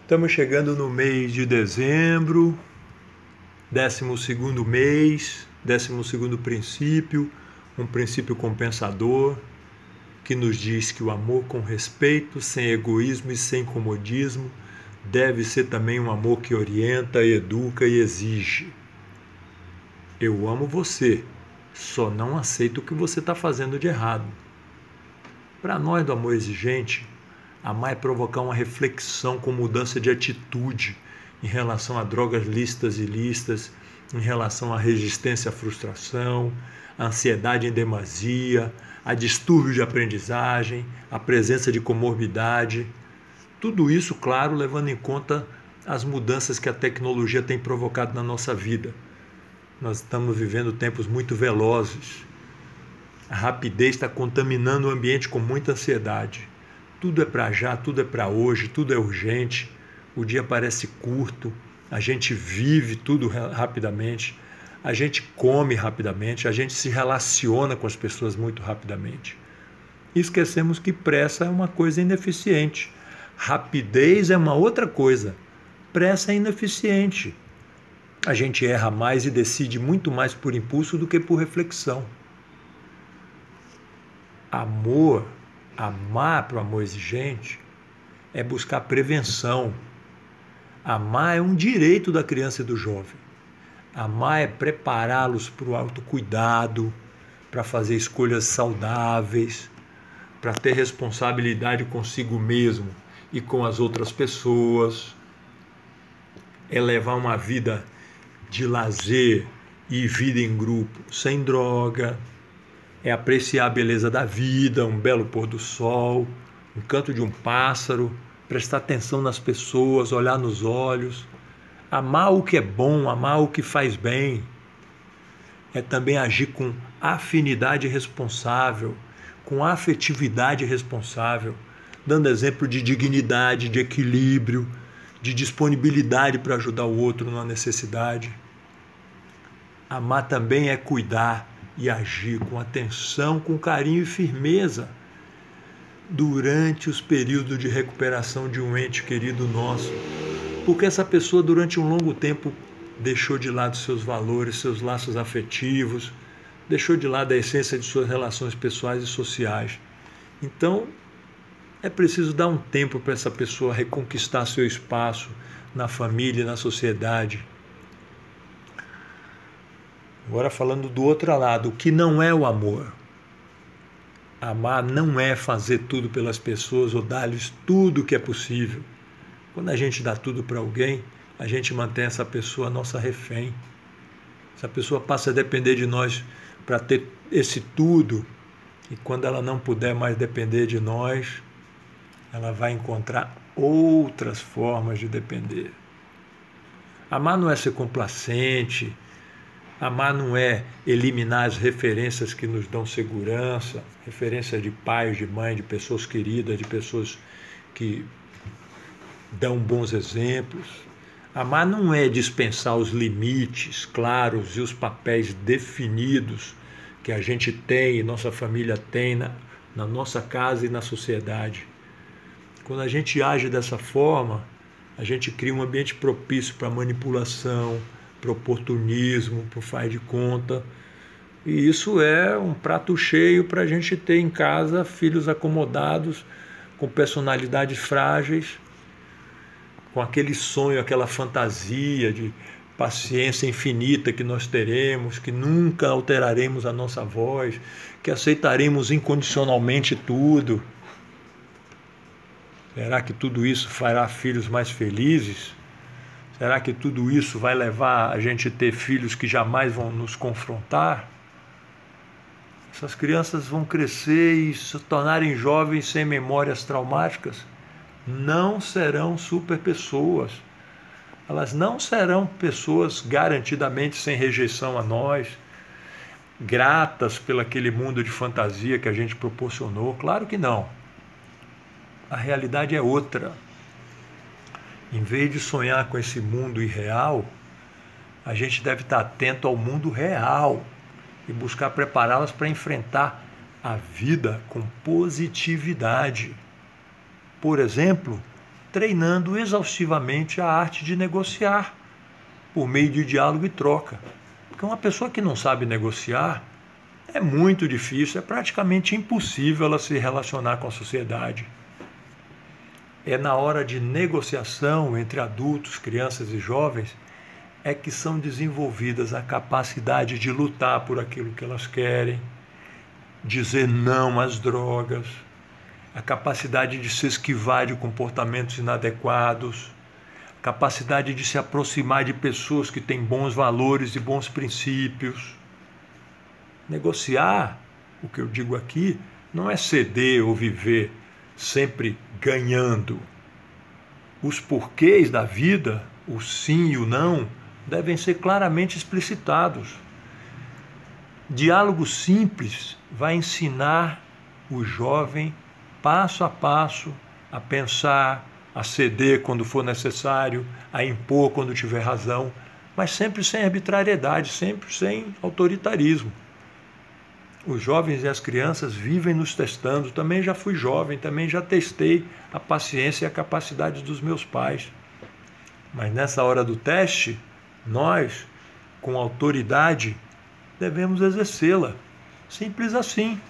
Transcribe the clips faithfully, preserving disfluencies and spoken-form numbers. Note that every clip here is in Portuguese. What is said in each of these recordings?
Estamos chegando no mês de dezembro, décimo segundo mês, décimo segundo princípio, um princípio compensador, que nos diz que o amor com respeito, sem egoísmo e sem comodismo, deve ser também um amor que orienta, educa e exige. Eu amo você, só não aceito o que você está fazendo de errado. Para nós do amor exigente, amar é provocar uma reflexão com mudança de atitude em relação a drogas lícitas e ilícitas, em relação à resistência à frustração, à ansiedade em demasia, a distúrbio de aprendizagem, a presença de comorbidade. Tudo isso, claro, levando em conta as mudanças que a tecnologia tem provocado na nossa vida. Nós estamos vivendo tempos muito velozes. A rapidez está contaminando o ambiente com muita ansiedade. Tudo é para já, tudo é para hoje, tudo é urgente, o dia parece curto, a gente vive tudo rapidamente, a gente come rapidamente, a gente se relaciona com as pessoas muito rapidamente. E esquecemos que pressa é uma coisa ineficiente, rapidez é uma outra coisa, pressa é ineficiente. A gente erra mais e decide muito mais por impulso do que por reflexão. Amor, amar para o amor exigente é buscar prevenção. Amar é um direito da criança e do jovem. Amar é prepará-los para o autocuidado, para fazer escolhas saudáveis, para ter responsabilidade consigo mesmo e com as outras pessoas. É levar uma vida de lazer e vida em grupo, sem droga. É apreciar a beleza da vida, um belo pôr do sol, um canto de um pássaro, prestar atenção nas pessoas, olhar nos olhos, amar o que é bom, amar o que faz bem. É também agir com afinidade responsável, com afetividade responsável, dando exemplo de dignidade, de equilíbrio, de disponibilidade para ajudar o outro na necessidade. Amar também é cuidar e agir com atenção, com carinho e firmeza durante os períodos de recuperação de um ente querido nosso, porque essa pessoa durante um longo tempo deixou de lado seus valores, seus laços afetivos, deixou de lado a essência de suas relações pessoais e sociais. Então, é preciso dar um tempo para essa pessoa reconquistar seu espaço na família e na sociedade. Agora falando do outro lado, o que não é o amor. Amar não é fazer tudo pelas pessoas ou dar-lhes tudo o que é possível. Quando a gente dá tudo para alguém, a gente mantém essa pessoa nossa refém. Essa pessoa passa a depender de nós para ter esse tudo, e quando ela não puder mais depender de nós, ela vai encontrar outras formas de depender. Amar não é ser complacente. Amar não é eliminar as referências que nos dão segurança, referência de pais, de mãe, de pessoas queridas, de pessoas que dão bons exemplos. Amar não é dispensar os limites claros e os papéis definidos que a gente tem e nossa família tem na, na nossa casa e na sociedade. Quando a gente age dessa forma, a gente cria um ambiente propício para manipulação, para oportunismo, para o faz de conta. E isso é um prato cheio para a gente ter em casa filhos acomodados, com personalidades frágeis, com aquele sonho, aquela fantasia de paciência infinita que nós teremos, que nunca alteraremos a nossa voz, que aceitaremos incondicionalmente tudo. Será que tudo isso fará filhos mais felizes? Será que tudo isso vai levar a gente a ter filhos que jamais vão nos confrontar? Essas crianças vão crescer e se tornarem jovens sem memórias traumáticas? Não serão super pessoas. Elas não serão pessoas garantidamente sem rejeição a nós, gratas pelo aquele mundo de fantasia que a gente proporcionou. Claro que não. A realidade é outra. Em vez de sonhar com esse mundo irreal, a gente deve estar atento ao mundo real e buscar prepará-las para enfrentar a vida com positividade. Por exemplo, treinando exaustivamente a arte de negociar por meio de diálogo e troca. Porque uma pessoa que não sabe negociar, é muito difícil, é praticamente impossível ela se relacionar com a sociedade. É na hora de negociação entre adultos, crianças e jovens é que são desenvolvidas a capacidade de lutar por aquilo que elas querem, dizer não às drogas, a capacidade de se esquivar de comportamentos inadequados, a capacidade de se aproximar de pessoas que têm bons valores e bons princípios. Negociar, o que eu digo aqui, não é ceder ou viver sempre ganhando. Os porquês da vida, o sim e o não, devem ser claramente explicitados. Diálogo simples vai ensinar o jovem, passo a passo, a pensar, a ceder quando for necessário, a impor quando tiver razão, mas sempre sem arbitrariedade, sempre sem autoritarismo. Os jovens e as crianças vivem nos testando. Também já fui jovem, também já testei a paciência e a capacidade dos meus pais. Mas nessa hora do teste, nós, com autoridade, devemos exercê-la. Simples assim.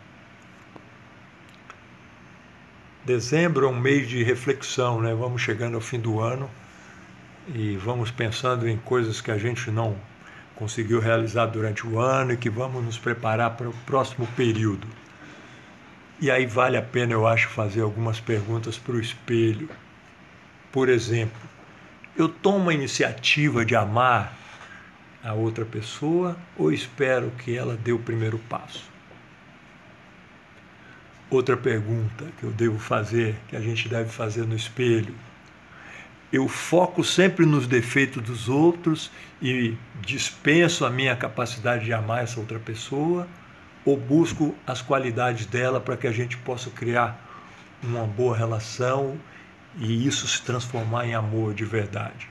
Dezembro é um mês de reflexão, né? Vamos chegando ao fim do ano e vamos pensando em coisas que a gente não conseguiu realizar durante o ano e que vamos nos preparar para o próximo período. E aí vale a pena, eu acho, fazer algumas perguntas para o espelho. Por exemplo, eu tomo a iniciativa de amar a outra pessoa ou espero que ela dê o primeiro passo? Outra pergunta que eu devo fazer, que a gente deve fazer no espelho: eu foco sempre nos defeitos dos outros e dispenso a minha capacidade de amar essa outra pessoa, ou busco as qualidades dela para que a gente possa criar uma boa relação e isso se transformar em amor de verdade?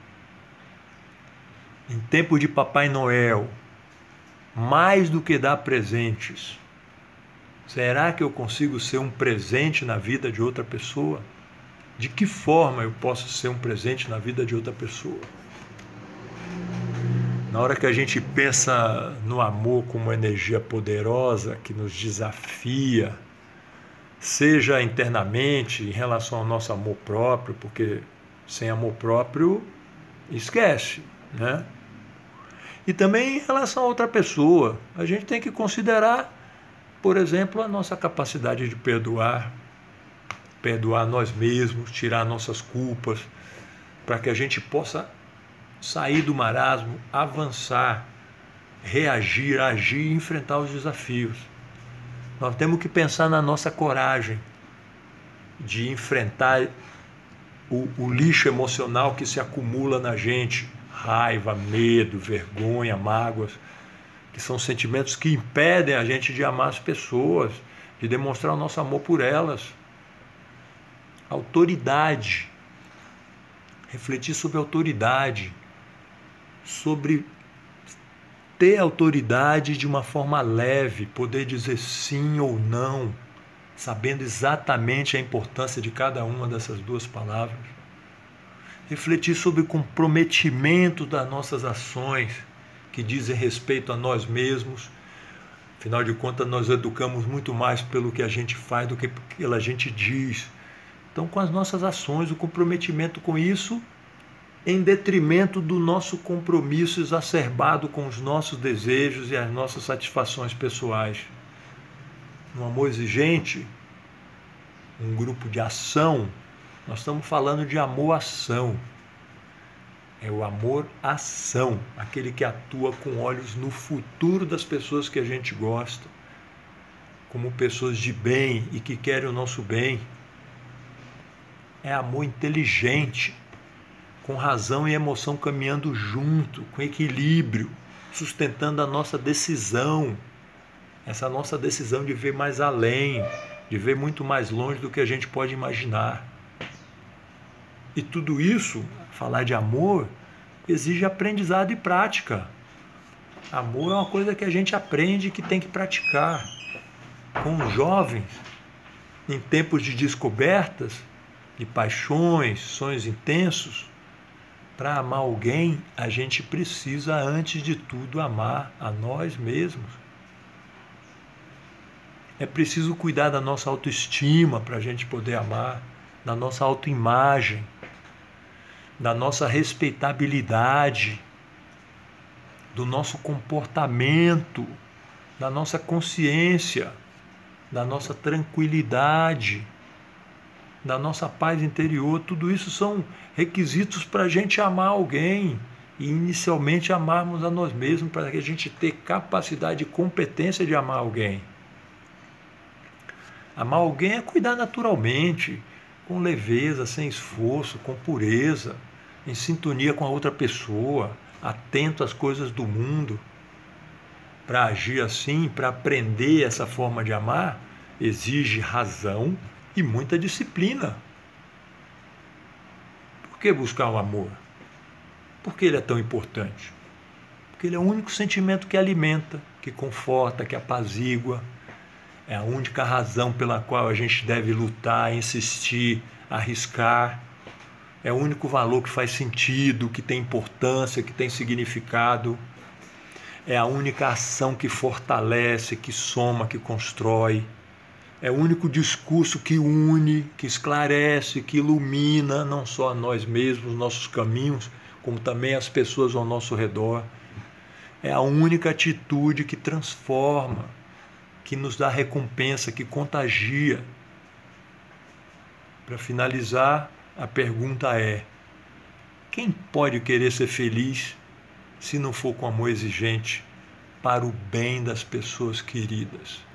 Em tempo de Papai Noel, mais do que dar presentes, será que eu consigo ser um presente na vida de outra pessoa? De que forma eu posso ser um presente na vida de outra pessoa? Na hora que a gente pensa no amor como uma energia poderosa que nos desafia, seja internamente em relação ao nosso amor próprio, porque sem amor próprio, esquece, né? E também em relação a outra pessoa, a gente tem que considerar, por exemplo, a nossa capacidade de perdoar, perdoar nós mesmos, tirar nossas culpas, para que a gente possa sair do marasmo, avançar, reagir, agir e enfrentar os desafios. Nós temos que pensar na nossa coragem de enfrentar o, o lixo emocional que se acumula na gente, raiva, medo, vergonha, mágoas, que são sentimentos que impedem a gente de amar as pessoas, de demonstrar o nosso amor por elas. Autoridade, refletir sobre autoridade, sobre ter autoridade de uma forma leve, poder dizer sim ou não, sabendo exatamente a importância de cada uma dessas duas palavras. Refletir sobre o comprometimento das nossas ações, que dizem respeito a nós mesmos. Afinal de contas, nós educamos muito mais pelo que a gente faz do que pelo que a gente diz. Então, com as nossas ações, o comprometimento com isso, em detrimento do nosso compromisso exacerbado com os nossos desejos e as nossas satisfações pessoais. No amor exigente, um grupo de ação, nós estamos falando de amor-ação. É o amor-ação, aquele que atua com olhos no futuro das pessoas que a gente gosta, como pessoas de bem e que querem o nosso bem. É amor inteligente, com razão e emoção caminhando junto, com equilíbrio, sustentando a nossa decisão, essa nossa decisão de ver mais além, de ver muito mais longe do que a gente pode imaginar. E tudo isso, falar de amor, exige aprendizado e prática. Amor é uma coisa que a gente aprende e que tem que praticar. Com os jovens, em tempos de descobertas, de paixões, sonhos intensos, para amar alguém, a gente precisa, antes de tudo, amar a nós mesmos. É preciso cuidar da nossa autoestima para a gente poder amar, da nossa autoimagem, da nossa respeitabilidade, do nosso comportamento, da nossa consciência, da nossa tranquilidade, da nossa paz interior. Tudo isso são requisitos para a gente amar alguém e inicialmente amarmos a nós mesmos, para que a gente tenha capacidade e competência de amar alguém. Amar alguém é cuidar naturalmente, com leveza, sem esforço, com pureza, em sintonia com a outra pessoa, atento às coisas do mundo. Para agir assim, para aprender essa forma de amar, exige razão e muita disciplina. Por que buscar o amor? Por que ele é tão importante? Porque ele é o único sentimento que alimenta, que conforta, que apazigua. É a única razão pela qual a gente deve lutar, insistir, arriscar. É o único valor que faz sentido, que tem importância, que tem significado. É a única ação que fortalece, que soma, que constrói. É o único discurso que une, que esclarece, que ilumina não só a nós mesmos, nossos caminhos, como também as pessoas ao nosso redor. É a única atitude que transforma, que nos dá recompensa, que contagia. Para finalizar, a pergunta é: quem pode querer ser feliz se não for com amor exigente para o bem das pessoas queridas?